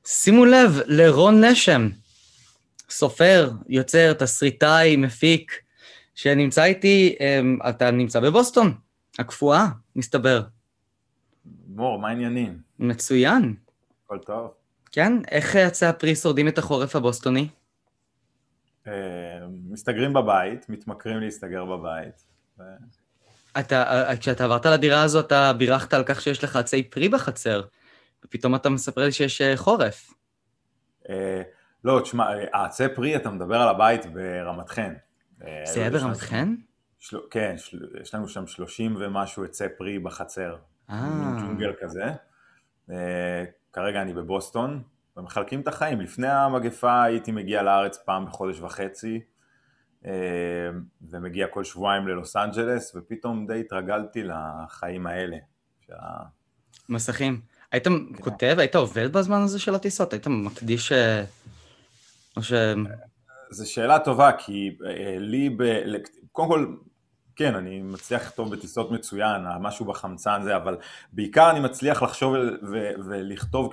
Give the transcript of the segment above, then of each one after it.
שימו לב לרון נשם, סופר, יוצר, תסריטאי, מפיק, שנמצא איתי, אתה נמצא בבוסטון, הקפואה, מסתבר. מור, מה העניינים? מצוין. הכל טוב. כן? איך עצי הפרי שורדים את החורף הבוסטוני? מסתגרים בבית, מתמכרים להסתגר בבית. כשאתה עברת לדירה הזו, אתה בירכת על כך שיש לך עצי פרי בחצר, ופתאום אתה מספר לי שיש חורף. לא, תשמע, העצי פרי, אתה מדבר על הבית ברמת חן. זה היה ברמת חן? כן, יש לנו שם 30 ומשהו עצי פרי בחצר. מין ג'ונגל כזה. כרגע אני בבוסטון, ומחלקים את החיים. לפני המגפה הייתי מגיע לארץ פעם בחודש וחצי, ומגיע כל שבועיים ללוס אנג'לס, ופתאום די התרגלתי לחיים האלה. מסכים. היית כותב, היית עובד בזמן הזה של הטיסות? היית מקדיש... זו שאלה טובה, כי לי, קודם כל, כן, אני מצליח לכתוב בטיסות מצוין, משהו בחמצן זה, אבל בעיקר אני מצליח לחשוב ולכתוב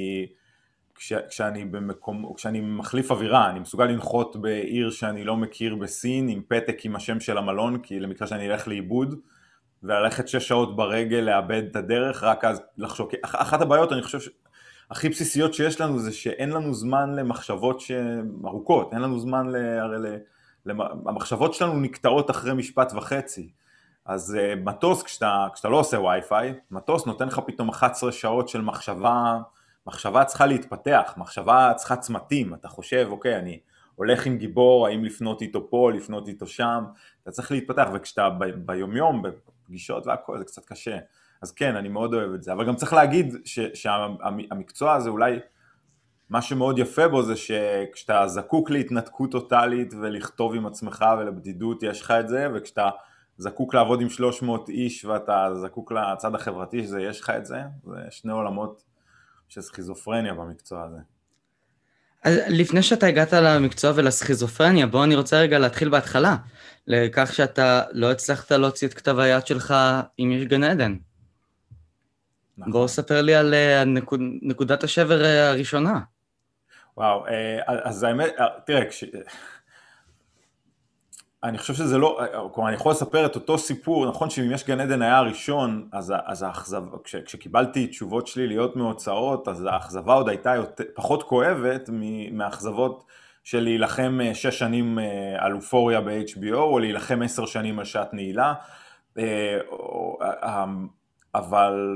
כשאני מחליף אווירה, אני מסוגל לנחות בעיר שאני לא מכיר בסין, עם פתק עם השם של המלון, כי למקרה שאני אלך לאיבוד, וללכת 6 שעות ברגל, לאבד את הדרך, רק אז לחשוב. אחת הבעיות, אני חושב, הכי בסיסיות שיש לנו, זה שאין לנו זמן למחשבות ארוכות, אין לנו זמן המחשבות שלנו נקטעות אחרי משפט וחצי. אז מטוס, כשאתה לא עושה וי-פיי, מטוס נותן לך פתאום 11 שעות של מחשבה צריכה להתפתח, מחשבה צריכה צמתים, אתה חושב, אוקיי, אני הולך עם גיבור, האם לפנות איתו פה, לפנות איתו שם, אתה צריך להתפתח, וכשאתה ביומיום, בפגישות והכל, זה קצת קשה. אז כן, אני מאוד אוהב את זה, אבל גם צריך להגיד שהמקצוע הזה אולי, מה שמאוד יפה בו זה שכשאתה זקוק להתנתקות טוטלית ולכתוב עם עצמך ולבדידות יש לך את זה, וכשאתה זקוק לעבוד עם 300 איש ואתה זקוק לצד החברתי שזה יש לך את זה, זה שני עולמות של סכיזופרניה במקצוע הזה. אז לפני שאתה הגעת למקצוע ולסכיזופרניה, בוא אני רוצה רגע להתחיל בהתחלה, לכך שאתה לא הצלחת להוציא את כתב היד שלך אם יש גן עדן. נכון. בוא ספר לי על נקודת השבר הראשונה. וואו, אז האמת, תראה, אני חושב שזה לא, כלומר, אני יכול לספר את אותו סיפור, נכון שאם יש גן עדן היה הראשון, אז כשקיבלתי תשובות שלי להיות מהוצאות, אז האכזבה עוד הייתה פחות כואבת מהאכזבות של להילחם 6 שנים על אופוריה ב-HBO, או להילחם 10 שנים על שעת נעילה, אבל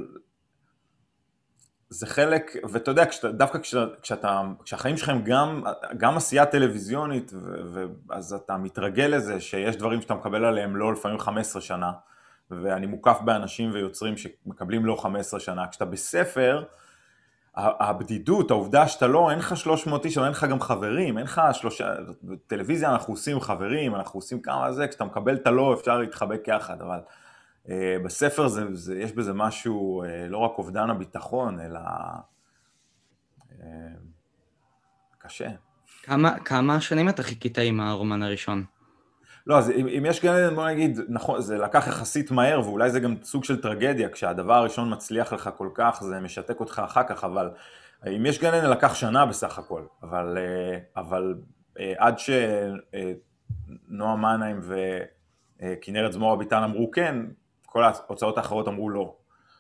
זה חלק, ואתה יודע, דווקא כשהחיים שלכם גם עשייה טלוויזיונית, אז אתה מתרגל לזה שיש דברים שאתה מקבל עליהם לא לפעמים 15 שנה, ואני מוקף באנשים ויוצרים שמקבלים לא 15 שנה. כשאתה בספר, הבדידות, העובדה שאתה לא, אין לך 300 איש, אבל אין לך גם חברים, אין לך טלוויזיה אנחנו עושים חברים, אנחנו עושים כמה זה, כשאתה מקבל את הלא אפשר להתחבק יחד, אבל בספר יש בזה משהו, לא רק אובדן הביטחון, אלא קשה. כמה שנים אתה חיכית עם הרומן הראשון? לא, אז אם יש גן עדן, בוא נגיד, נכון, זה לקח יחסית מהר, ואולי זה גם סוג של טרגדיה, כשהדבר הראשון מצליח לך כל כך, זה משתק אותך אחר כך, אבל אם יש גן עדן לקח שנה בסך הכל, אבל עד שנועה מנהיים וכנרת זמורה ביטן אמרו כן, כל ההוצאות האחרות אמרו לא.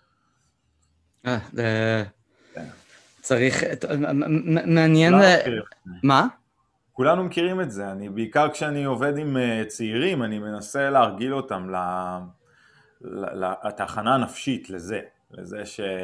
צריך, מעניין, מה? כולנו מכירים את זה, בעיקר כשאני עובד עם צעירים, אני מנסה להרגיל אותם לתחנה הנפשית לזה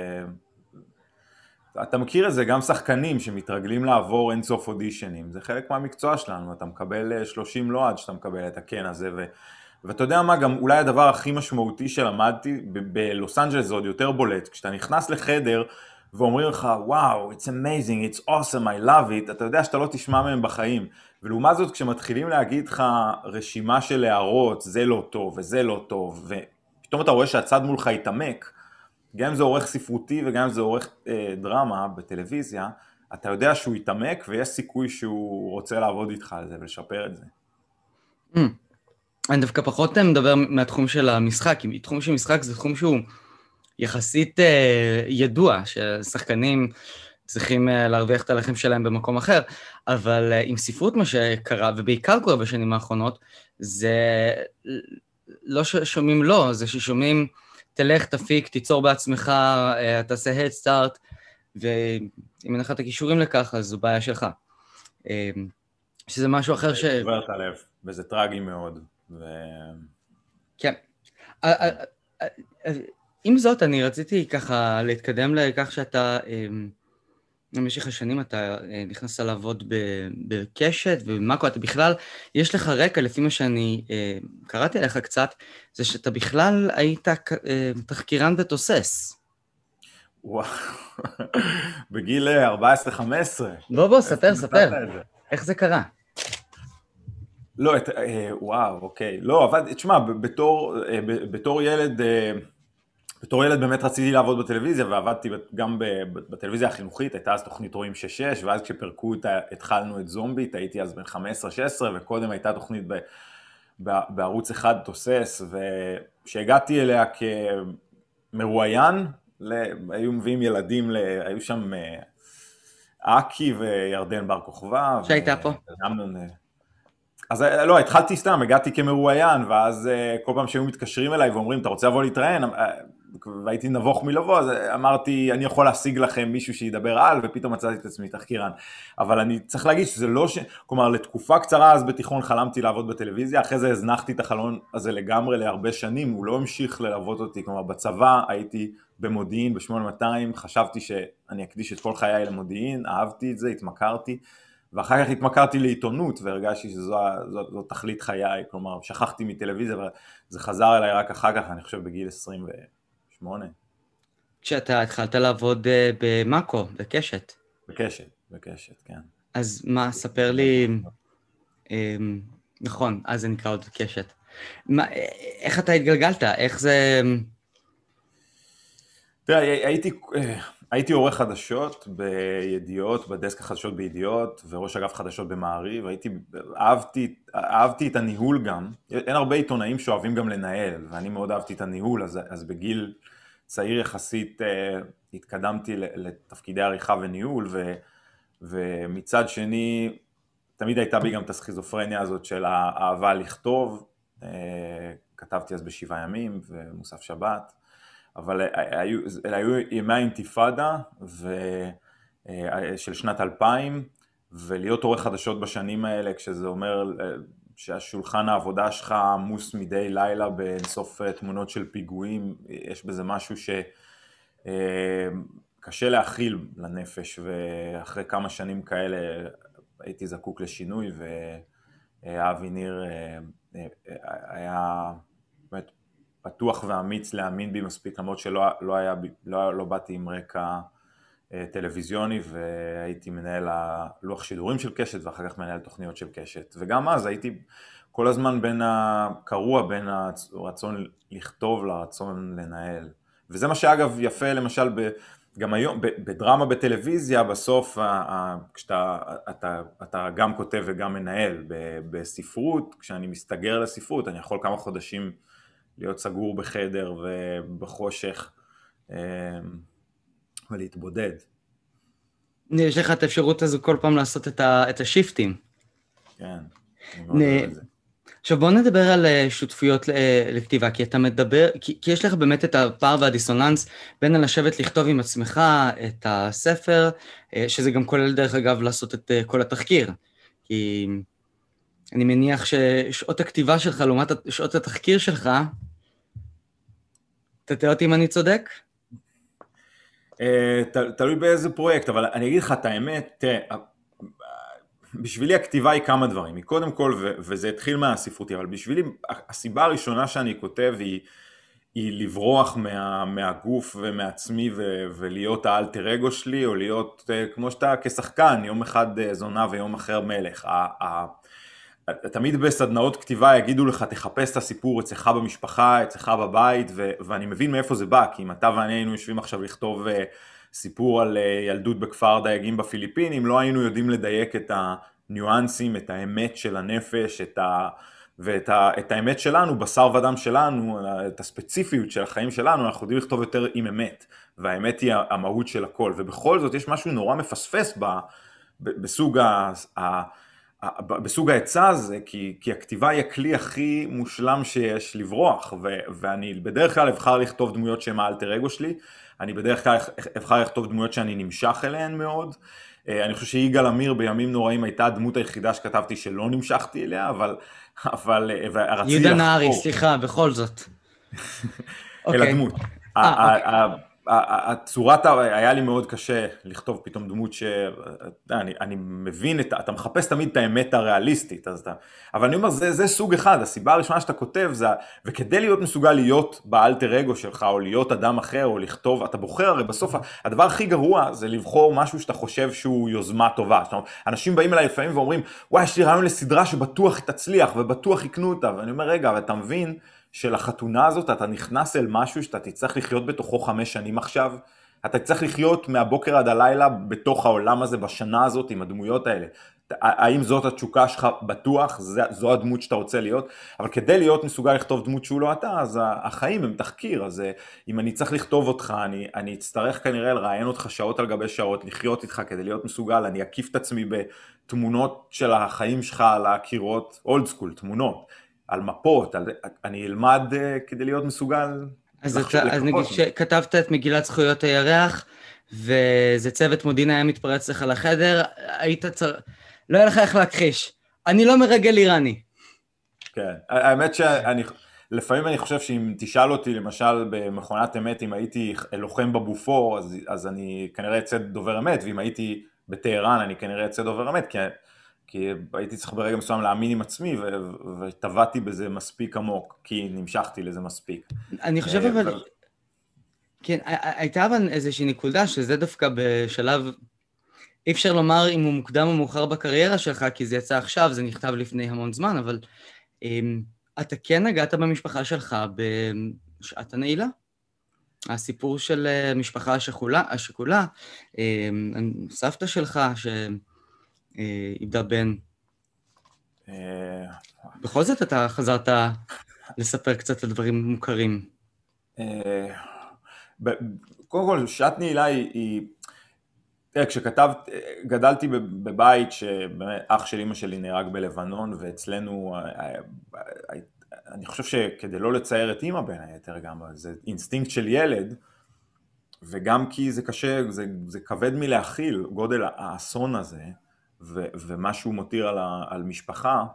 אתה מכיר את זה, גם שחקנים שמתרגלים לעבור אינסוף אודישנים, זה חלק מהמקצוע שלנו, אתה מקבל 30 לא עד שאתה מקבל את הקן הזה, ואתה יודע מה, גם אולי הדבר הכי משמעותי שלמדתי, בלוס אנג'לס זה עוד יותר בולט, כשאתה נכנס לחדר ואומרים לך, וואו, it's amazing, it's awesome, I love it, אתה יודע שאתה לא תשמע מהם בחיים, ולעומת זאת כשמתחילים להגיד לך רשימה של הערות, זה לא טוב וזה לא טוב, ופתאום אתה רואה שהצד מולך יתעמק, גם אם זה עורך ספרותי וגם אם זה עורך דרמה בטלוויזיה, אתה יודע שהוא יתעמק ויש סיכוי שהוא רוצה לעבוד איתך על זה ולשפר את זה. אני דווקא פחות מדבר מהתחום של המשחק, כי תחום של משחק זה תחום שהוא יחסית ידוע, ששחקנים צריכים להרוויח את הלחם שלהם במקום אחר, אבל עם ספרות מה שקרה, ובעיקר קורה בשנים האחרונות, זה לא ששומעים לא, זה ששומעים תלך, תפיק, תיצור בעצמך, תעשה head start, ואם אין לך את הכישורים לכך, אז זו בעיה שלך. שזה משהו אחר שובר את הלב, וזה טרגי מאוד. כן. עם זאת, אני רציתי ככה להתקדם לכך שאתה, במשך השנים אתה נכנסת לעבוד בקשת ובמאקו, אתה בכלל, יש לך רקע, לפי מה שאני קראתי עליך קצת, זה שאתה בכלל היית תחקירן ותוסס. וואו, בגיל 14-15. בוא, ספר. איך זה קרה? לא, וואו, אוקיי. לא, אבל תשמע, בתור ילד, באמת רציתי לעבוד בטלוויזיה, ועבדתי גם בטלוויזיה החינוכית, הייתה אז תוכנית רואים 6-6, ואז כשפרקו התחלנו את זומבית, הייתי אז בן 15-16, וקודם הייתה תוכנית בערוץ אחד תוסס, וכשהגעתי אליה כמרואיין, היו מביאים ילדים, היו שם אקי וירדן בר כוכבא. שהייתה פה? אז לא, התחלתי סתם, הגעתי כמרואיין, ואז כל פעם שהיו מתקשרים אליי ואומרים, אתה רוצה לבוא להתראיין? והייתי נבוך מלבוא, אז אמרתי, אני יכול להשיג לכם מישהו שידבר על, ופתאום מצאתי את עצמי תחקירן. אבל אני צריך להגיד שזה לא כלומר, לתקופה קצרה אז בתיכון חלמתי לעבוד בטלוויזיה, אחרי זה הזנחתי את החלון הזה לגמרי להרבה שנים, הוא לא המשיך ללוות אותי, כלומר, בצבא הייתי במודיעין, ב-8200, חשבתי שאני אקדיש את כל חיי למודיעין, אהבתי את זה, התמכרתי, ואחר כך התמכרתי לעיתונות, והרגשתי שזו תכלית חיי, כלומר, שכחתי מטלוויזיה, וזה חזר אליי רק אחר כך, אני חושב בגיל 28. כשאתה התחלת לעבוד במאקו, בקשת. בקשת, כן. אז מה, ספר לי, נכון, אז זה נקרא עוד קשת. איך אתה התגלגלת? איך זה... תראה, הייתי עורך חדשות בידיעות, בדסק החדשות בידיעות, וראש אגף חדשות במעריב, אהבתי את הניהול גם, אין הרבה עיתונאים שאוהבים גם לנהל, ואני מאוד אהבתי את הניהול, אז בגיל צעיר יחסית התקדמתי לתפקידי עריכה וניהול, ומצד שני, תמיד הייתה בי גם את הסכיזופרניה הזאת של האהבה לכתוב, כתבתי אז ב7 ימים ומוסף שבת, אבל אלה היו ימי האינתיפאדה של שנת 2000, ולהיות עורך חדשות בשנים האלה, כשזה אומר שהשולחן העבודה שלך עמוס מדי לילה באינסוף תמונות של פיגועים, יש בזה משהו שקשה להכיל לנפש, ואחרי כמה שנים כאלה הייתי זקוק לשינוי, ואבי ניר היה באמת פתוח ואמיץ להאמין בי מספיק, למרות לא באתי עם רקע טלוויזיוני, והייתי מנהל הלוח שידורים של קשת, ואחר כך מנהל תוכניות של קשת. וגם אז הייתי כל הזמן קרוע בין הרצון לכתוב לרצון לנהל. וזה מה שאגב יפה למשל גם היום, בדרמה בטלוויזיה, בסוף אתה גם כותב וגם מנהל. בספרות, כשאני מסתגר לספרות, אני יכול כמה חודשים להיות סגור בחדר ובחושך ולהתבודד. יש לך את האפשרות הזו כל פעם לעשות את השיפטים. כן, אני מאוד אוהב את זה. עכשיו בוא נדבר על שותפויות לכתיבה, כי אתה מדבר, כי יש לך באמת את הפער והדיסוננס בין לשבת לכתוב עם עצמך את הספר, שזה גם כולל דרך אגב לעשות את כל התחקיר, כי אני מניח ששעות הכתיבה שלך לעומת שעות התחקיר שלך, תתאר אותי אם אני צודק? תלוי באיזה פרויקט, אבל אני אגיד לך את האמת, תראה, בשבילי הכתיבה היא כמה דברים, היא קודם כל, וזה התחיל מהספרותי, אבל בשבילי הסיבה הראשונה שאני כותב היא לברוח מהגוף ומעצמי ולהיות האלטר אגו שלי, או להיות כמו שאתה כשחקן, יום אחד זונה ויום אחר מלך. תמיד בסדנאות כתיבה יגידו לך תחפש את הסיפור אצלך במשפחה, אצלך בבית, ואני מבין מאיפה זה בא, כי אם אתה ואני היינו יושבים עכשיו לכתוב סיפור על ילדות בכפר דייגים בפיליפינים, לא היינו יודעים לדייק את הניואנסים, את האמת של הנפש, את האמת שלנו, בשר ודם שלנו, את הספציפיות של החיים שלנו, אנחנו יודעים לכתוב יותר עם אמת, והאמת היא המהות של הכל, ובכל זאת יש משהו נורא מפספס בסוג ההצע הזה, כי הכתיבה היא הכלי הכי מושלם שיש לברוח, ואני בדרך כלל אבחר לכתוב דמויות שהן האלטר אגו שלי, אני בדרך כלל אבחר לכתוב דמויות שאני נמשך אליהן מאוד, אני חושב שיגאל עמיר בימים נוראים הייתה הדמות היחידה שכתבתי שלא נמשכתי אליה, אבל רציתי יהודה נהרי, לחקור סליחה, בכל זאת. אל אוקיי. הדמות. אוקיי. הצורת, היה לי מאוד קשה לכתוב פתאום דמות אני מבין, אתה מחפש תמיד את האמת הריאליסטית, אבל אני אומר, זה סוג אחד, הסיבה הראשונה שאתה כותב, וכדי להיות מסוגל להיות באלטר אגו שלך, או להיות אדם אחר, או לכתוב, אתה בוחר, הרי בסוף, הדבר הכי גרוע זה לבחור משהו שאתה חושב שהוא יוזמה טובה, אנשים באים אליי לפעמים ואומרים, וואי, יש לי רעיון לסדרה שבטוח תצליח, ובטוח יקנו אותה, ואני אומר, רגע, אבל אתה מבין, של החתונה הזאת, אתה נכנס אל משהו שאתה תצטרך לחיות בתוכו 5 שנים עכשיו, אתה צריך לחיות מהבוקר עד הלילה בתוך העולם הזה, בשנה הזאת, עם הדמויות האלה. האם זאת התשוקה שלך? בטוח, זו הדמות שאתה רוצה להיות, אבל כדי להיות מסוגל לכתוב דמות שהוא לא אתה, אז החיים הם תחקיר, אז אם אני צריך לכתוב אותך, אני אצטרך כנראה לראיין אותך שעות על גבי שעות, לחיות איתך כדי להיות מסוגל, אני אקיף את עצמי בתמונות של החיים שלך על הקירות, אולד סקול, תמונות. על מפות, אני אלמד כדי להיות מסוגל אז נגיד שכתבת את מגילת זכויות הירח, וזה צוות מודיעין היה מתפרץ לך לחדר, לא היה לך איך להכחיש. אני לא מרגל איראני. כן, האמת לפעמים אני חושב שאם תשאל אותי, למשל במכונת אמת, אם הייתי לוחם בבופור, אז אני כנראה אצא דובר אמת, ואם הייתי בטהרן, אני כנראה אצא דובר אמת, כי הייתי צריך ברגע מסוים להאמין עם עצמי, וטבעתי בזה מספיק עמוק, כי נמשכתי לזה מספיק. אני חושב אבל, כן, הייתה אבל איזושהי נקודה, שזה דווקא בשלב, אי אפשר לומר אם הוא מוקדם או מאוחר בקריירה שלך, כי זה יצא עכשיו, זה נכתב לפני המון זמן, אבל אתה כן נגעת במשפחה שלך בשעת הנעילה? הסיפור של משפחה השכולה, סבתא שלך שאיבדה בן. בכל זאת אתה חזרת לספר קצת על דברים מוכרים. קודם כל, שעת נעילה היא... תראה, גדלתי בבית שאח של אמא שלי נהרג בלבנון, ואצלנו, אני חושב שכדי לא לצייר את אמא בין היתר גם, זה אינסטינקט של ילד, וגם כי זה קשה, זה כבד מלהכיל, גודל האסון הזה, ומה שהוא מותיר על משפחה.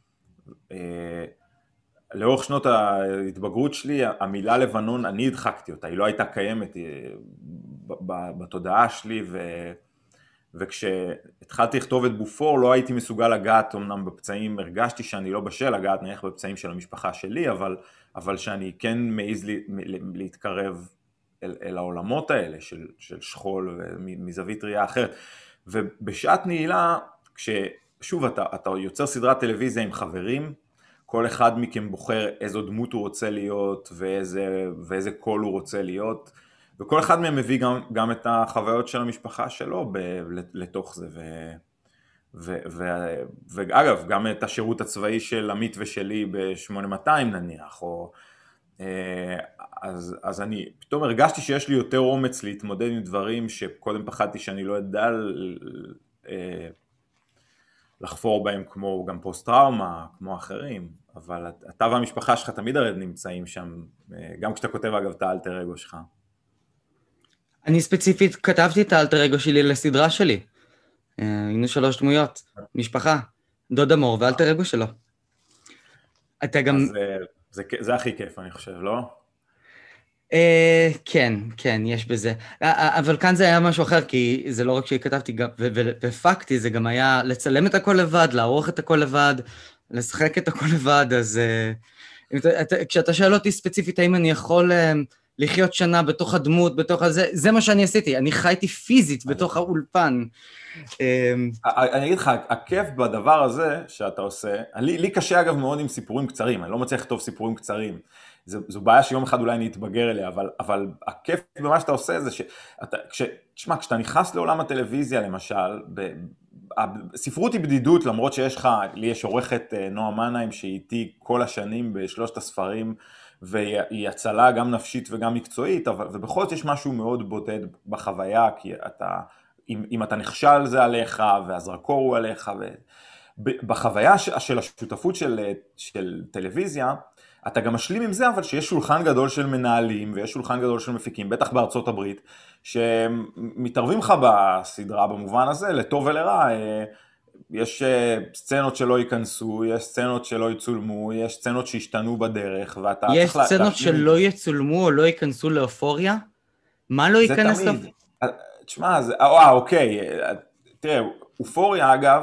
לאורך שנות ההתבגרות שלי, המילה לבנון, אני הדחקתי אותה, היא לא הייתה קיימת בתודעה שלי, וכשהתחלתי לכתוב את בופור, לא הייתי מסוגל לגעת, אמנם בפצעים, הרגשתי שאני לא בשל לגעת, נניח בפצעים של המשפחה שלי, אבל שאני כן מעז להתקרב אל העולמות האלה, של שכול ומזווית ראייה אחרת. ובשעת נעילה, שוב, אתה יוצר סדרת טלוויזיה עם חברים, כל אחד מכם בוחר איזו דמות הוא רוצה להיות, ואיזה קול הוא רוצה להיות, וכל אחד מהם מביא גם את החוויות של המשפחה שלו לתוך זה, ואגב, גם את השירות הצבאי של עמית ושלי ב-8200 נניח, אז אני פתאום הרגשתי שיש לי יותר אומץ להתמודד עם דברים שקודם פחדתי שאני לא אדע לחפור בהם, כמו גם פוסט-טראומה, כמו אחרים, אבל אתה והמשפחה שלך תמיד הרי נמצאים שם, גם כשאתה כותב אגב את האלטר אגו שלך. אני ספציפית כתבתי את האלטר אגו שלי לסדרה שלי. היינו 3 דמויות, משפחה, דודה מור ואלטר אגו שלו. אתה גם... אז זה הכי כיף, אני חושב, לא? כן, יש בזה. אבל כאן זה היה משהו אחר, כי זה לא רק שכתבתי והפקתי, זה גם היה לצלם את הכל לבד, לערוך את הכל לבד, לשחק את הכל לבד, אז כשאתה שואל אותי ספציפית, האם אני יכול לחיות שנה בתוך הדמות, בתוך הזה, זה מה שאני עשיתי, אני חייתי פיזית בתוך האולפן. אני אגיד לך, הכיף בדבר הזה שאתה עושה, לי קשה אגב מאוד עם סיפורים קצרים, אני לא מצליח לכתוב סיפורים קצרים, זו בעיה שיום אחד אולי אני אתבגר אליה, אבל הכיף במה שאתה עושה זה כשאתה נכנס לעולם הטלוויזיה למשל, הספרות היא בדידות, למרות לי יש עורכת נועה מנהיים שהיא איתי כל השנים בשלושת הספרים, והיא הצלה גם נפשית וגם מקצועית, ובכל זאת יש משהו מאוד בודד בחוויה, כי אם אתה נכשל זה עליך, והזרקור הוא עליך, בחוויה של השותפות של טלוויזיה, אתה גם משלים עם זה, אבל שיש שולחן גדול של מנהלים, ויש שולחן גדול של מפיקים, בטח בארצות הברית, שמתערבים לך בסדרה במובן הזה, לטוב ולרע. יש סצנות שלא ייכנסו, יש סצנות שלא יצולמו, יש סצנות שהשתנו בדרך, ואתה יש צריך סצנות שלא יצולמו או לא ייכנסו לאופוריה? מה לא ייכנס לאופוריה? זה תמיד. תשמע, אוקיי, תראה, אופוריה אגב,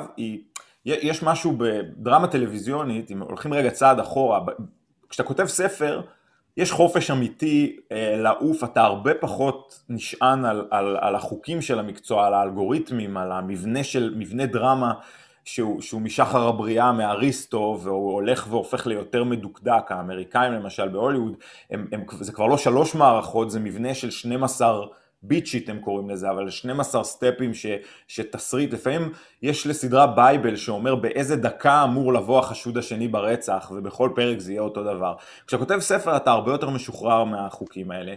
יש משהו בדרמה טלוויזיונית, אם הולכים רגע צעד אחורה, כשאתה כותב ספר, יש חופש אמיתי לעוף, אתה הרבה פחות נשען על החוקים של המקצוע, על האלגוריתמים, על מבנה דרמה שהוא משחר הבריאה מאריסטו, והוא הולך והופך ליותר מדוקדק. האמריקאים למשל בהוליווד, זה כבר לא 3 מערכות, זה מבנה של 12 ביט שיט הם קוראים לזה, אבל 12 סטפים שתסריט, לפעמים יש לסדרה בייבל שאומר באיזה דקה אמור לבוא החשוד השני ברצח, ובכל פרק זה יהיה אותו דבר. כשאתה כותב ספר אתה הרבה יותר משוחרר מהחוקים האלה.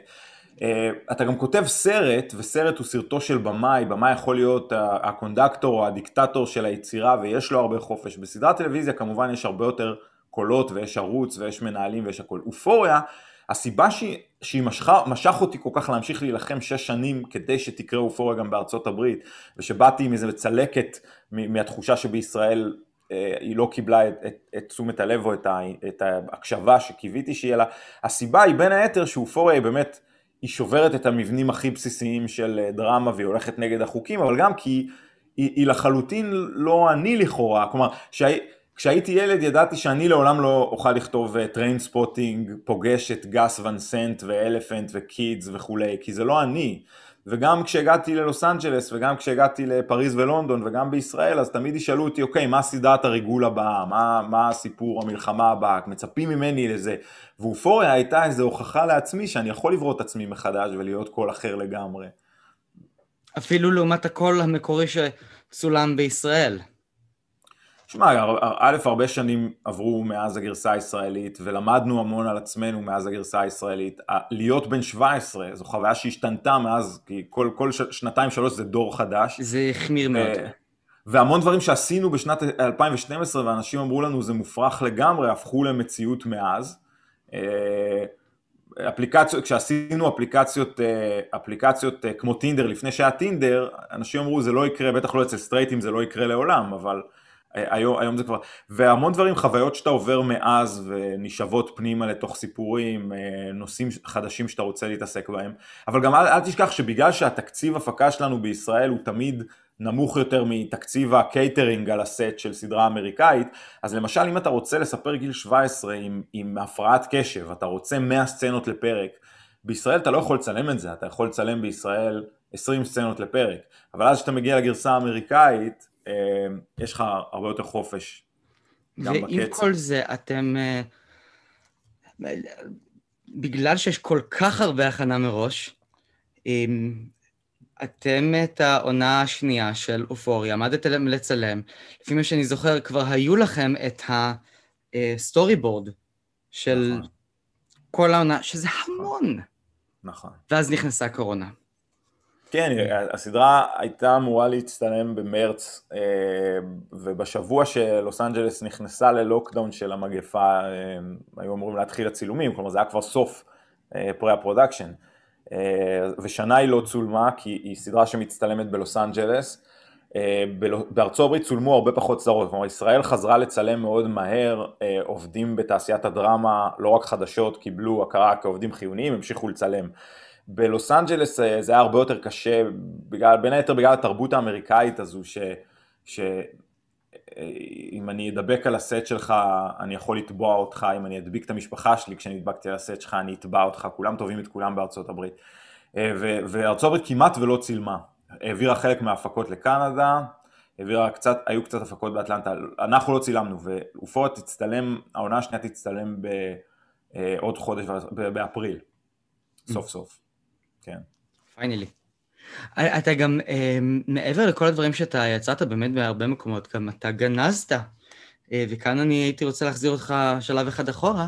אתה גם כותב סרט, וסרט הוא סרטו של במאי, במאי יכול להיות הקונדקטור או הדיקטטור של היצירה, ויש לו הרבה חופש. בסדרת טלוויזיה כמובן יש הרבה יותר קולות, ויש ערוץ, ויש מנהלים, ויש הכל. אופוריה, הסיבה שהיא משך אותי כל כך להמשיך להילחם 6 שנים כדי שתקרה אופוריה גם בארצות הברית, ושבאתי עם איזה מצלקת מהתחושה שבישראל היא לא קיבלה את תשומת הלב או את ההקשבה שקיוויתי שיהיה לה. הסיבה היא בין היתר שאופוריה היא באמת, היא שוברת את המבנים הכי בסיסיים של דרמה והיא הולכת נגד החוקים, אבל גם כי היא לחלוטין לא אני לכאורה, כלומר כשהייתי ילד ידעתי שאני לעולם לא אוכל לכתוב טריינספוטינג, פוגש את גס ון סנט ואלפנט וקידס וכולי, כי זה לא אני. וגם כשהגעתי ללוס אנג'לס וגם כשהגעתי לפריז ולונדון וגם בישראל, אז תמיד ישאלו אותי, אוקיי, מה סדרת הריגול הבאה? מה הסיפור, המלחמה הבאה? מצפים ממני לזה. ואופוריה הייתה איזו הוכחה לעצמי שאני יכול לברוא את עצמי מחדש ולהיות קול אחר לגמרי. אפילו לעומת הקול המקורי שצולם בישראל. שמע, א', הרבה שנים עברו מאז הגרסה הישראלית, ולמדנו המון על עצמנו מאז הגרסה הישראלית. להיות בן 17, זו חוויה שהשתנתה מאז, כי כל 2-3 זה דור חדש. זה החמיר מאוד. והמון דברים שעשינו בשנת 2012, ואנשים אמרו לנו, זה מופרך לגמרי, הפכו למציאות מאז. כשעשינו אפליקציות כמו טינדר, לפני שהיה טינדר, אנשים אמרו, זה לא יקרה, בטח לא אצל סטרייטים, זה לא יקרה לעולם, אבל היום זה כבר, והמון דברים, חוויות שאתה עובר מאז ונשאבות פנימה לתוך סיפורים, נושאים חדשים שאתה רוצה להתעסק בהם, אבל גם אל תשכח שבגלל שהתקציב הפקה שלנו בישראל הוא תמיד נמוך יותר מתקציב הקייטרינג על הסט של סדרה אמריקאית, אז למשל אם אתה רוצה לספר גיל 17 עם הפרעת קשב, אתה רוצה 100 סצנות לפרק, בישראל אתה לא יכול לצלם את זה, אתה יכול לצלם בישראל 20 סצנות לפרק, אבל אז שאתה מגיע לגרסה האמריקאית, יש לך הרבה יותר חופש גם בקצב. ועם כל זה אתם, בגלל שיש כל כך הרבה הכנה מראש, אתם את העונה השנייה של אופוריה, עמדתם לצלם, לפי מה שאני זוכר כבר היו לכם את הסטורי בורד של נכון. כל העונה, שזה המון. נכון. ואז נכנסה הקורונה. כן, הסדרה הייתה אמורה להצטלם במרץ, ובשבוע שלוס אנג'לס נכנסה ללוקדאון של המגפה, היו אמורים להתחיל הצילומים, כלומר זה היה כבר סוף פרה-פרודקשן, ושנה היא לא צולמה, כי היא סדרה שמצטלמת בלוס אנג'לס, בארצות הברית צולמו הרבה פחות סדרות, כלומר ישראל חזרה לצלם מאוד מהר, עובדים בתעשיית הדרמה, לא רק חדשות, קיבלו הכרה כעובדים חיוניים, המשיכו לצלם. בלוס אנג'לס זה היה הרבה יותר קשה, בין היתר בגלל התרבות האמריקאית הזו, שאם אני אדבק על הסט שלך, אני יכול לתבוע אותך, אם אני אדביק את המשפחה שלי, כשאני אדבקתי על הסט שלך, אני אתבע אותך, כולם טובים את כולם בארצות הברית. וארצות הברית כמעט ולא צילמה, העבירה חלק מההפקות לקנדה, היו קצת הפקות באטלנטה, אנחנו לא צילמנו, ואופוריה תצטלם, העונה השנייה תצטלם בעוד חודש, באפריל, סוף סוף. כן. פיינלי. אתה גם, מעבר לכל הדברים שאתה יצאת באמת בהרבה מקומות, גם אתה גנזת. וכאן אני הייתי רוצה להחזיר אותך שלב אחד אחורה,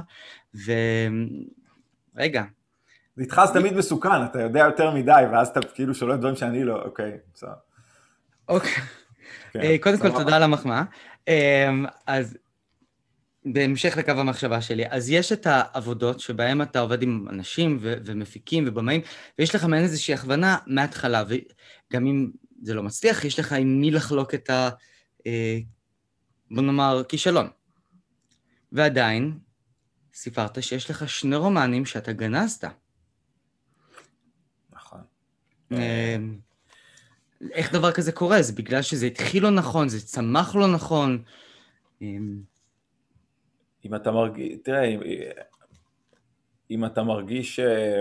ורגע. איתך זה תמיד מסוכן, אתה יודע יותר מדי, ואז אתה כאילו שולט דברים שאני לא, אוקיי, בסדר. אוקיי. כן, קודם כל, סבבה. תודה על המחמאה. אז בהמשך לקו המחשבה שלי, אז יש את העבודות שבהן אתה עובד עם אנשים ומפיקים ובמאים, ויש לך מעין איזושהי הכוונה מההתחלה, וגם אם זה לא מצליח, יש לך עם מי לחלוק את בוא נאמר, כישלון. ועדיין, סיפרת שיש לך שני רומנים שאתה גנזת. נכון. איך דבר כזה קורה? זה בגלל שזה התחיל לא נכון, זה צמח לא נכון. אם אתה מרגיש, תראה, אם אתה מרגיש,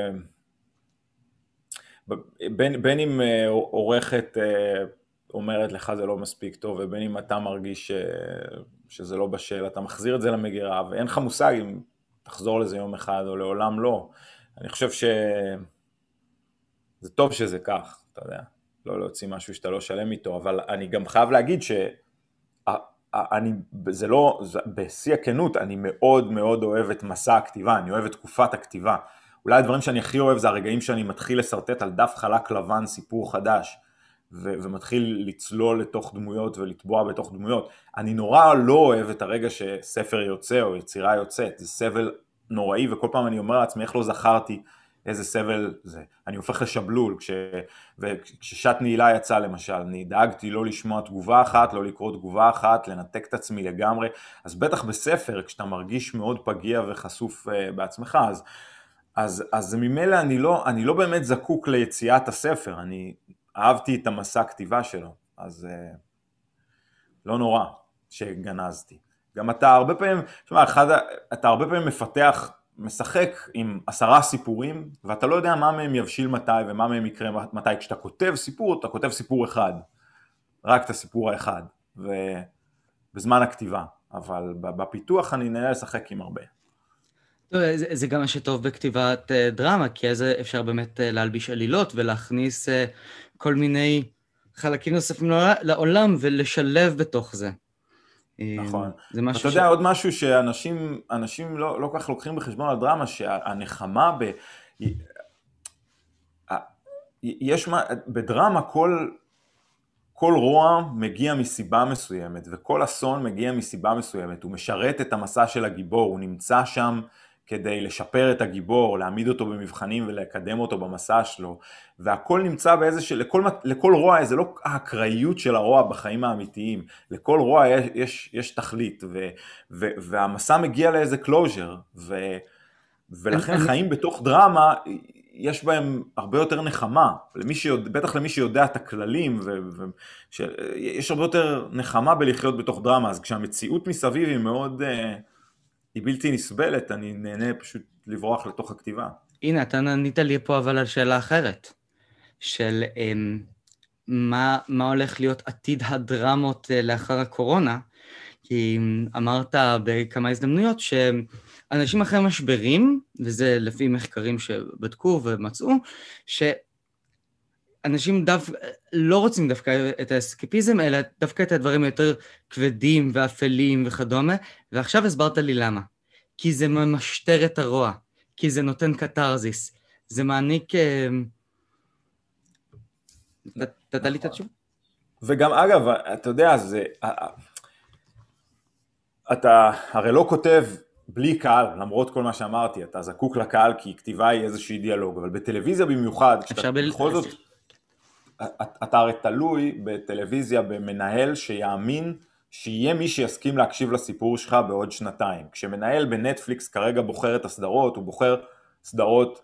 בין אם עורכת אומרת לך זה לא מספיק טוב, ובין אם אתה מרגיש שזה לא בשל, אתה מחזיר את זה למגירה, ואין לך מושג אם תחזור לזה יום אחד או לעולם לא. אני חושב זה טוב שזה כך, אתה יודע, לא להוציא משהו שאתה לא שלם איתו, אבל אני גם חייב להגיד זה לא, בשיא הכנות, אני מאוד מאוד אוהב את מסע הכתיבה, אני אוהב את תקופת הכתיבה. אולי הדברים שאני הכי אוהב זה הרגעים שאני מתחיל לסרטט על דף חלק לבן סיפור חדש, ומתחיל לצלול לתוך דמויות ולטבוע בתוך דמויות. אני נורא לא אוהב את הרגע שספר יוצא או יצירה יוצאת, זה סבל נוראי, וכל פעם אני אומר לעצמי איך לא זכרתי איזה סבל זה. אני הופך לשבלול, וכששעת נעילה יצא למשל, אני דאגתי לא לשמוע תגובה אחת, לא לקרוא תגובה אחת, לנתק את עצמי לגמרי, אז בטח בספר, כשאתה מרגיש מאוד פגיע וחשוף בעצמך, אז ממילא אני לא באמת זקוק ליציאת הספר, אני אהבתי את המסע כתיבה שלו, אז לא נורא שגנזתי. גם אתה הרבה פעמים, אתה הרבה פעמים מפתח, משחק עם 10 סיפורים, ואתה לא יודע מה מהם יבשיל מתי ומה מהם יקרה מתי. כשאתה כותב סיפור, אתה כותב סיפור אחד, רק את הסיפור האחד, ובזמן הכתיבה, אבל בפיתוח אני נהנה לשחק עם הרבה. זה גם מה שטוב בכתיבת דרמה, כי אז אפשר באמת להלביש עלילות ולהכניס כל מיני חלקים נוספים לעולם ולשלב בתוך זה. נכון. זה משהו אתה יודע עוד משהו שאנשים לא כל כך לוקחים בחשבון על דרמה, שהנחמה בדרמה כל רוע מגיע מסיבה מסוימת, וכל אסון מגיע מסיבה מסוימת, הוא משרת את המסע של הגיבור, הוא נמצא שם כדי לשפר את הגיבור, להעמיד אותו במבחנים ולקדם אותו במסע שלו, והכל נמצא לכל רוע, זה לא האקראיות של הרוע בחיים האמיתיים, לכל רוע יש תכלית, והמסע מגיע לאיזה קלוז'ר, ולכן חיים בתוך דרמה, יש בהם הרבה יותר נחמה, בטח למי שיודע את הכללים, יש הרבה יותר נחמה בלחיות בתוך דרמה, אז כשהמציאות מסביב היא בלתי נסבלת, אני נהנה פשוט לברוח לתוך הכתיבה. הנה, אתה ענית לי פה אבל על שאלה אחרת, של מה הולך להיות עתיד הדרמות לאחר הקורונה, כי אמרת בכמה הזדמנויות שאנשים אחרי משברים, וזה לפי מחקרים שבדקו ומצאו, שאנשים לא רוצים דווקא את האסקפיזם, אלא דווקא את הדברים היותר כבדים ואפלים וכדומה, ועכשיו הסברת לי למה. כי זה ממשטר את הרוע, כי זה נותן קטרזיס, זה מעניק... תדע לי את התשובה? וגם אגב, אתה יודע, אתה הרי לא כותב בלי קהל, למרות כל מה שאמרתי, אתה זקוק לקהל כי כתיבה היא איזושהי דיאלוג, אבל בטלוויזיה במיוחד, בכל זאת, אתה הרי תלוי בטלוויזיה במנהל שיאמין שיהיה מי שיסכים להקשיב לסיפור שלך בעוד שנתיים. כשמנהל בנטפליקס כרגע בוחר את הסדרות, הוא בוחר סדרות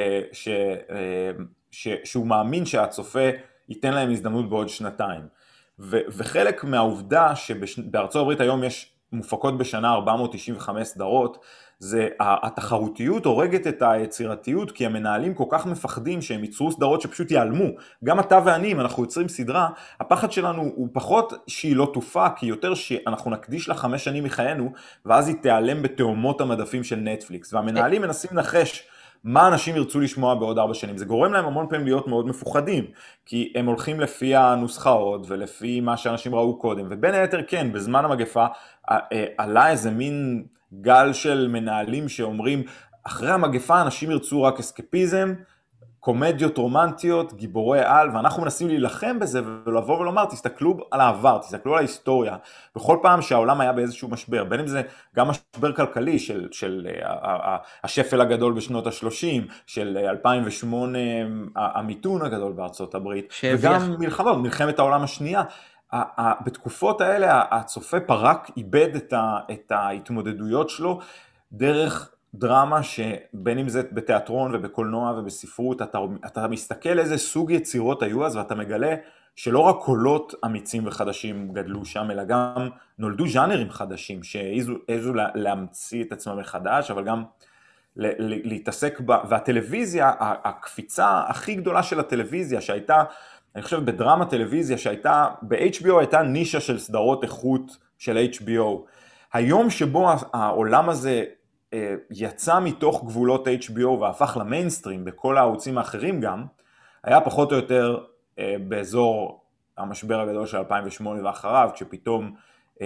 שהוא מאמין שהצופה ייתן להם הזדמנות בעוד שנתיים. וחלק מהעובדה שבארצות הברית היום יש מופקות בשנה 495 סדרות, זה התחרותיות הורגת את היצירתיות, כי המנהלים כל כך מפחדים שהם ייצרו סדרות שפשוט ייעלמו. גם אתה ואני, אם אנחנו יוצרים סדרה, הפחד שלנו הוא פחות שהיא לא תופע, כי יותר שאנחנו נקדיש לה 5 שנים מחיינו, ואז היא תיעלם בתאומות המדפים של נטפליקס. והמנהלים מנסים לנחש מה אנשים ירצו לשמוע בעוד 4 שנים. זה גורם להם המון פעמים להיות מאוד מפוחדים, כי הם הולכים לפי הנוסחאות ולפי מה שאנשים ראו קודם, ובין היתר כן, בזמן המגפה עלה איזה מין גל של מנהלים שאומרים, אחרי המגפה אנשים ירצו רק אסקפיזם, קומדיות רומנטיות, גיבורי על, ואנחנו מנסים להילחם בזה ולבוא ולומר, תסתכלו על העבר, תסתכלו על ההיסטוריה. בכל פעם שהעולם היה באיזשהו משבר, בין אם זה גם משבר כלכלי של השפל הגדול בשנות ה-30, של 2008 המיתון הגדול בארצות הברית, וגם מלחמת העולם השנייה. בתקופות האלה הצופה פרק איבד את ההתמודדויות שלו דרך דרמה שבין אם זה בתיאטרון ובקולנוע ובספרות, אתה מסתכל איזה סוג יצירות היו אז ואתה מגלה שלא רק קולות אמיצים וחדשים גדלו שם, אלא גם נולדו ז'אנרים חדשים שהעזו להמציא את עצמם מחדש, אבל גם להתעסק והטלוויזיה, הקפיצה הכי גדולה של הטלוויזיה שהייתה, אני חושב בדרמה טלוויזיה שהייתה, ב-HBO הייתה נישה של סדרות איכות של HBO. היום שבו העולם הזה יצא מתוך גבולות HBO והפך למיינסטרים בכל הערוצים האחרים גם, היה פחות או יותר באזור המשבר הגדול של 2008 ואחריו, כשפתאום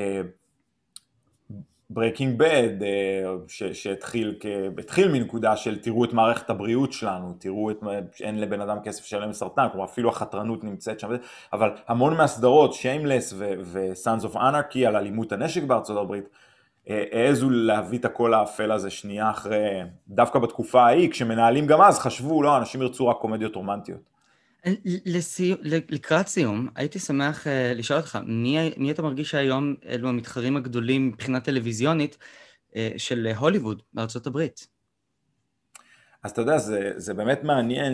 Breaking Bad, שהתחיל מנקודה של תראו את מערכת הבריאות שלנו, תראו אין לבן אדם כסף שלם סרטן, כלומר אפילו החתרנות נמצאת שם, אבל המון מהסדרות, Shameless ו-Sons of Anarchy על אלימות הנשק בארצות הברית, העזו להביא את הכל האפל הזה שנייה אחרי, דווקא בתקופה ההיא, כשמנהלים גם אז חשבו, לא, אנשים ירצו רק קומדיות רומנטיות. לקראת סיום, הייתי שמח לשאול אותך, מי אתה מרגיש שהיום אלו המתחרים הגדולים מבחינה טלוויזיונית של הוליווד בארצות הברית? אז אתה יודע, זה באמת מעניין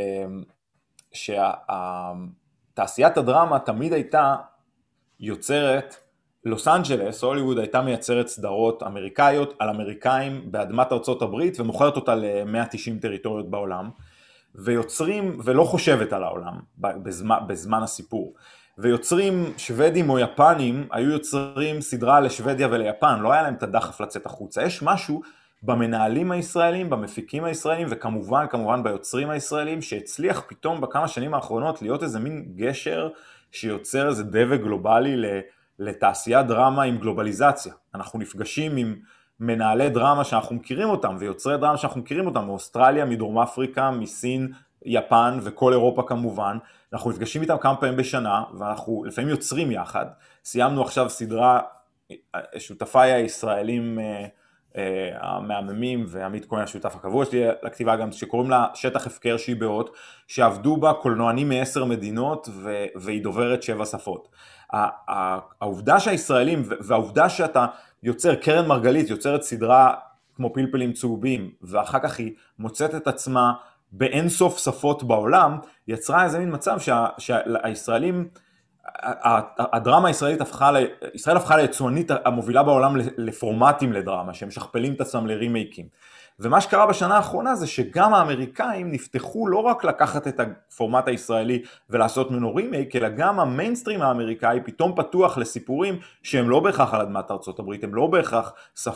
שתעשיית הדרמה תמיד הייתה יוצרת, לוס אנג'לס, הוליווד הייתה מייצרת סדרות אמריקאיות על אמריקאים באדמת ארצות הברית, ומוכרת אותה ל-190 טריטוריות בעולם, ויוצרים, ולא חושבת על העולם בזמן הסיפור, ויוצרים שוודים או יפנים, היו יוצרים סדרה לשוודיה וליפן, לא היה להם את הדחף לצאת החוצה. יש משהו במנהלים הישראלים, במפיקים הישראלים, וכמובן ביוצרים הישראלים, שהצליח פתאום בכמה שנים האחרונות להיות איזה מין גשר, שיוצר איזה דבק גלובלי לתעשיית דרמה עם גלובליזציה. אנחנו נפגשים עם מנהלי דרמה שאנחנו מכירים אותם, ויוצרי דרמה שאנחנו מכירים אותם, מאוסטרליה, מדרום אפריקה, מסין, יפן וכל אירופה כמובן. אנחנו נפגשים איתם כמה פעמים בשנה, ואנחנו לפעמים יוצרים יחד. סיימנו עכשיו סדרה, שותפיי הישראלים המהממים, ועמית כהן השותף הקבוע שלי לכתיבה גם, שקוראים לה שטח הפקר שיבאות, שעבדו בה קולנוענים מ10 מדינות, והיא דוברת 7 שפות. העובדה שהישראלים, והעובדה שאתה יוצר, קרן מרגלית יוצרת סדרה כמו פלפלים צהובים, ואחר כך היא מוצאת את עצמה באין סוף שפות בעולם, יצרה איזה מין מצב שהישראלים, הדרמה הישראלית ישראל הפכה ליצואנית המובילה בעולם לפורמטים לדרמה, שהם משכפלים את עצמם לרימייקים. ומה שקרה בשנה האחרונה זה שגם האמריקאים נפתחו לא רק לקחת את הפורמט הישראלי ולעשות ממנו רימייק, אלא גם המיינסטרים האמריקאי פתאום פתוח לסיפורים שהם לא בהכרח על אדמת ארצות הברית, הם לא בהכרח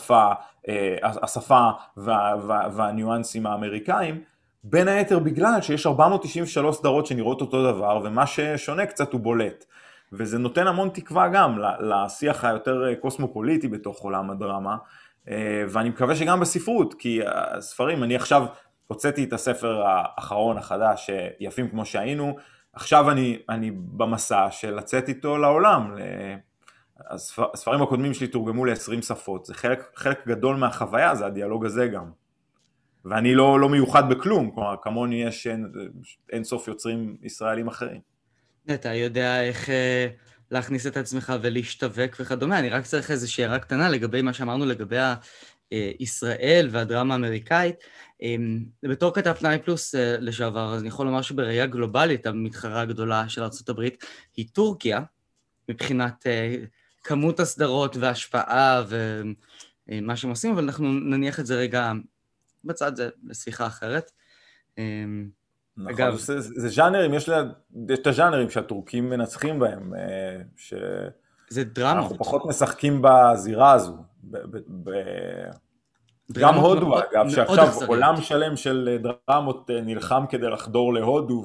השפה והניואנסים האמריקאים, בין היתר בגלל שיש 493 סדרות שנראות אותו דבר, ומה ששונה קצת הוא בולט. וזה נותן המון תקווה גם לשיח היותר קוסמופוליטי בתוך עולם הדרמה, ואני מקווה שגם בספרות, כי הספרים, אני עכשיו הוצאתי את הספר האחרון החדש, יפים כמו שהיינו, עכשיו אני במסע של לצאת איתו לעולם. הספרים הקודמים שלי תורגמו ל-20 שפות, זה חלק גדול מהחוויה, זה הדיאלוג הזה גם. ואני לא מיוחד בכלום, כלומר, כמוני יש אין סוף יוצרים ישראלים אחרים. אתה יודע איך להכניס את עצמך ולהשתווק וכדומה, אני רק צריך איזו שאלה קטנה לגבי מה שאמרנו לגבי ישראל והדרמה האמריקאית. בתור כתב פנאי פלוס לשעבר, אז אני יכול לומר שבראייה גלובלית, המתחרה הגדולה של ארצות הברית היא טורקיה, מבחינת כמות הסדרות וההשפעה ומה שהם עושים, אבל אנחנו נניח את זה רגע בצד, זה לשיחה אחרת. נכון, אגב, זה ז'אנרים, יש את הז'אנרים שהטורקים מנצחים בהם, זה דרמה. אנחנו פחות משחקים בזירה הזו, גם דרמות הודו מאוד, אגב, מאוד שעכשיו אכזריות. עולם שלם של דרמות נלחם כדי לחדור להודו,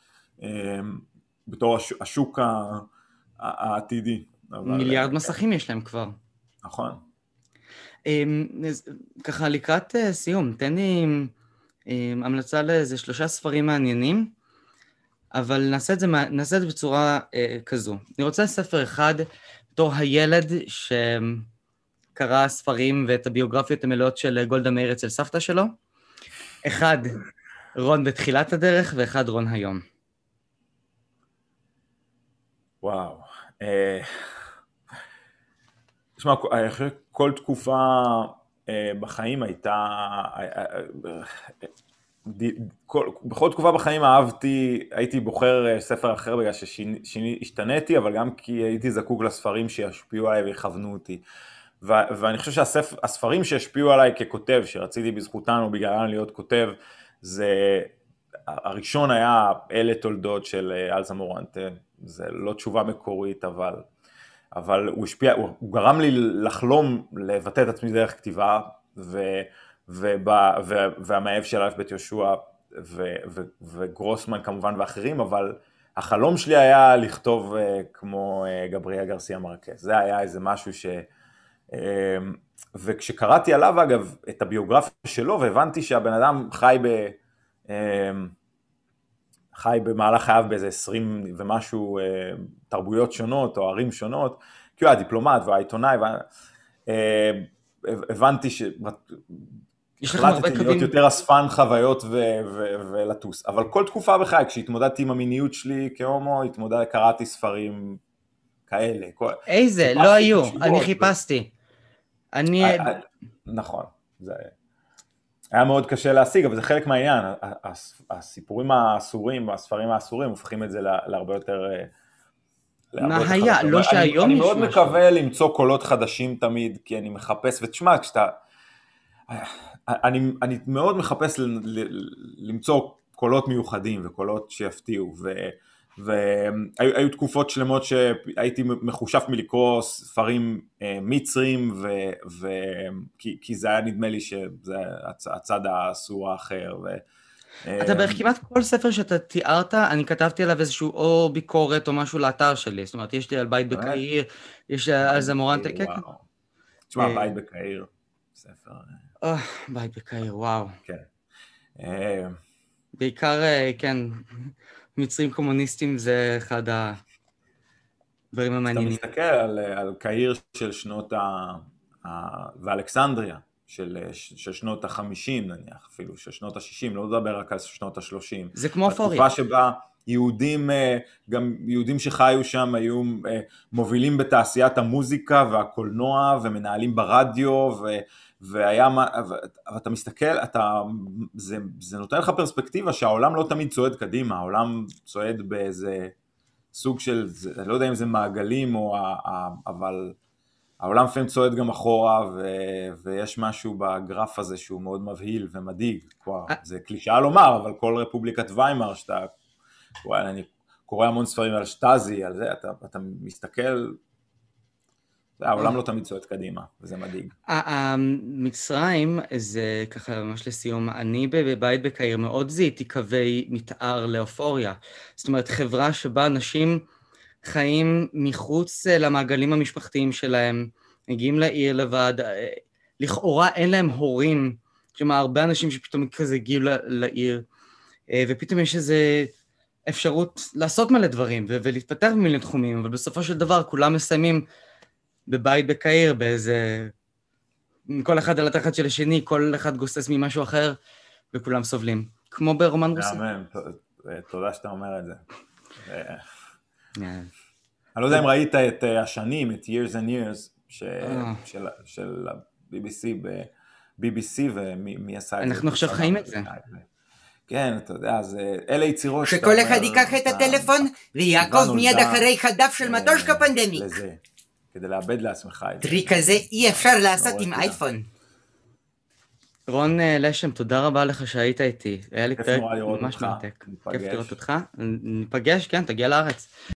בתור השוק העתידי. אבל מיליארד כן, מסכים יש להם כבר. נכון. ככה לקראת סיום, תן לי המלצה לאיזה 3 ספרים מעניינים, אבל נעשה את זה בצורה כזו. אני רוצה ספר אחד, בתור הילד שקרא ספרים ואת הביוגרפיות המלאות של גולדה מאיר אצל סבתא שלו. אחד, רון בתחילת הדרך, ואחד, רון היום. וואו. תשמע, אני חושב כל תקופה בחיים הייתה, בכל תקופה בחיים הייתי בוחר ספר אחר בגלל שהשתניתי, אבל גם כי הייתי זקוק לספרים שישפיעו עליי ויכוונו אותי. ואני חושב שהספרים שהשפיעו עליי ככותב, שרציתי בזכותן או בגללן להיות כותב, הראשון היה אלה תולדות של אלזה מורנטה. זה לא תשובה מקורית, אבל הוא גרם לי לחלום לבטא את עצמי דרך כתיבה, והמאהב של א' בית יהושע וגרוסמן כמובן ואחרים, אבל החלום שלי היה לכתוב כמו גבריאל גרסיה מרקס. זה היה איזה משהו וכשקראתי עליו אגב את הביוגרפיה שלו, והבנתי שהבן אדם חי במהלך חייו באיזה 20 ומשהו תרבויות שונות או ערים שונות, כי הוא היה דיפלומט והיה עיתונאי, הבנתי שהחלטתי להיות יותר אספן חוויות ולטוס. אבל כל תקופה בחיי, כשהתמודדתי עם המיניות שלי כהומו, קראתי ספרים כאלה. איזה? לא היו, אני חיפשתי. נכון, זה היה מאוד קשה להשיג, אבל זה חלק מהעניין. הסיפורים האסורים, הספרים האסורים, הופכים את זה להרבה יותר... מה היה? לא שהיום יש משהו. אני מאוד מקווה למצוא קולות חדשים תמיד, כי אני מחפש, ותשמע, אני מאוד מחפש למצוא קולות מיוחדים וקולות שיפתיעו, והיו תקופות שלמות שהייתי מחושף מלקרוא ספרים מצרים, כי זה היה נדמה לי שזה הצד האסור האחר. אתה בערך כמעט כל ספר שאתה תיארת, אני כתבתי עליו איזשהו או ביקורת או משהו לאתר שלי, זאת אומרת, יש לי על בית בקהיר, יש לי על זה מורנטה, כן. תשמע, בית בקהיר, ספר... בית בקהיר, וואו. כן. בעיקר, כן, מצרים קומוניסטים זה אחד הדברים המעניינים. אתה מסתכל על קהיר של שנות ואלכסנדריה, של שנות ה-50 נניח, אפילו של שנות ה-60, לא לדבר רק על שנות ה-30. זה כמו פוריה. התקופה שבה יהודים, גם יהודים שחיו שם היו מובילים בתעשיית המוזיקה והקולנוע ומנהלים ברדיו, ואתה מסתכל, זה נותן לך פרספקטיבה שהעולם לא תמיד צועד קדימה, העולם צועד באיזה סוג של, אני לא יודע אם זה מעגלים, אבל העולם לפעמים צועד גם אחורה, ויש משהו בגרף הזה שהוא מאוד מבהיל ומדאיג. זה קלישאה לומר, אבל כל רפובליקת ויימאר, אני קורא המון ספרים על שטאזי, על זה, אתה מסתכל, העולם לא תמיד צועד קדימה, וזה מדאיג. מצרים, זה ככה ממש לסיום, אני בבית בקהיר מאוד זיהיתי קווי מתאר לאופוריה. זאת אומרת, חברה שבה אנשים חיים מחוץ למעגלים המשפחתיים שלהם, מגיעים לעיר לבד, לכאורה אין להם הורים, כלומר, הרבה אנשים שפתאום כזה הגיעו לעיר, ופתאום יש איזו אפשרות לעשות מלא דברים, ולהתפתח במילים תחומים, אבל בסופו של דבר כולם מסיימים בבית בקהיר, באיזה... כל אחד על התחת של השני, כל אחד גוסס ממשהו אחר, וכולם סובלים. כמו ברומן רוסי. תודה שאתה אומר את זה. אני לא יודע אם ראית את השנים, את Years and Years, של BBC, ומי עשה את זה? אנחנו עכשיו חיים את זה. כן, אתה יודע, אלה יצירות... שכל אחד ייקח את הטלפון, ויעקוב מיד אחרי הדף של מטושקה פנדמיק. לזה, כדי לאבד לעצמך את זה. טריק כזה אי אפשר לעשות עם אייפון. רון לשם, תודה רבה לך שהיית איתי. היה לי פרק ממש מרתק. כיף לראות אותך. ניפגש, כן, תגיע לארץ.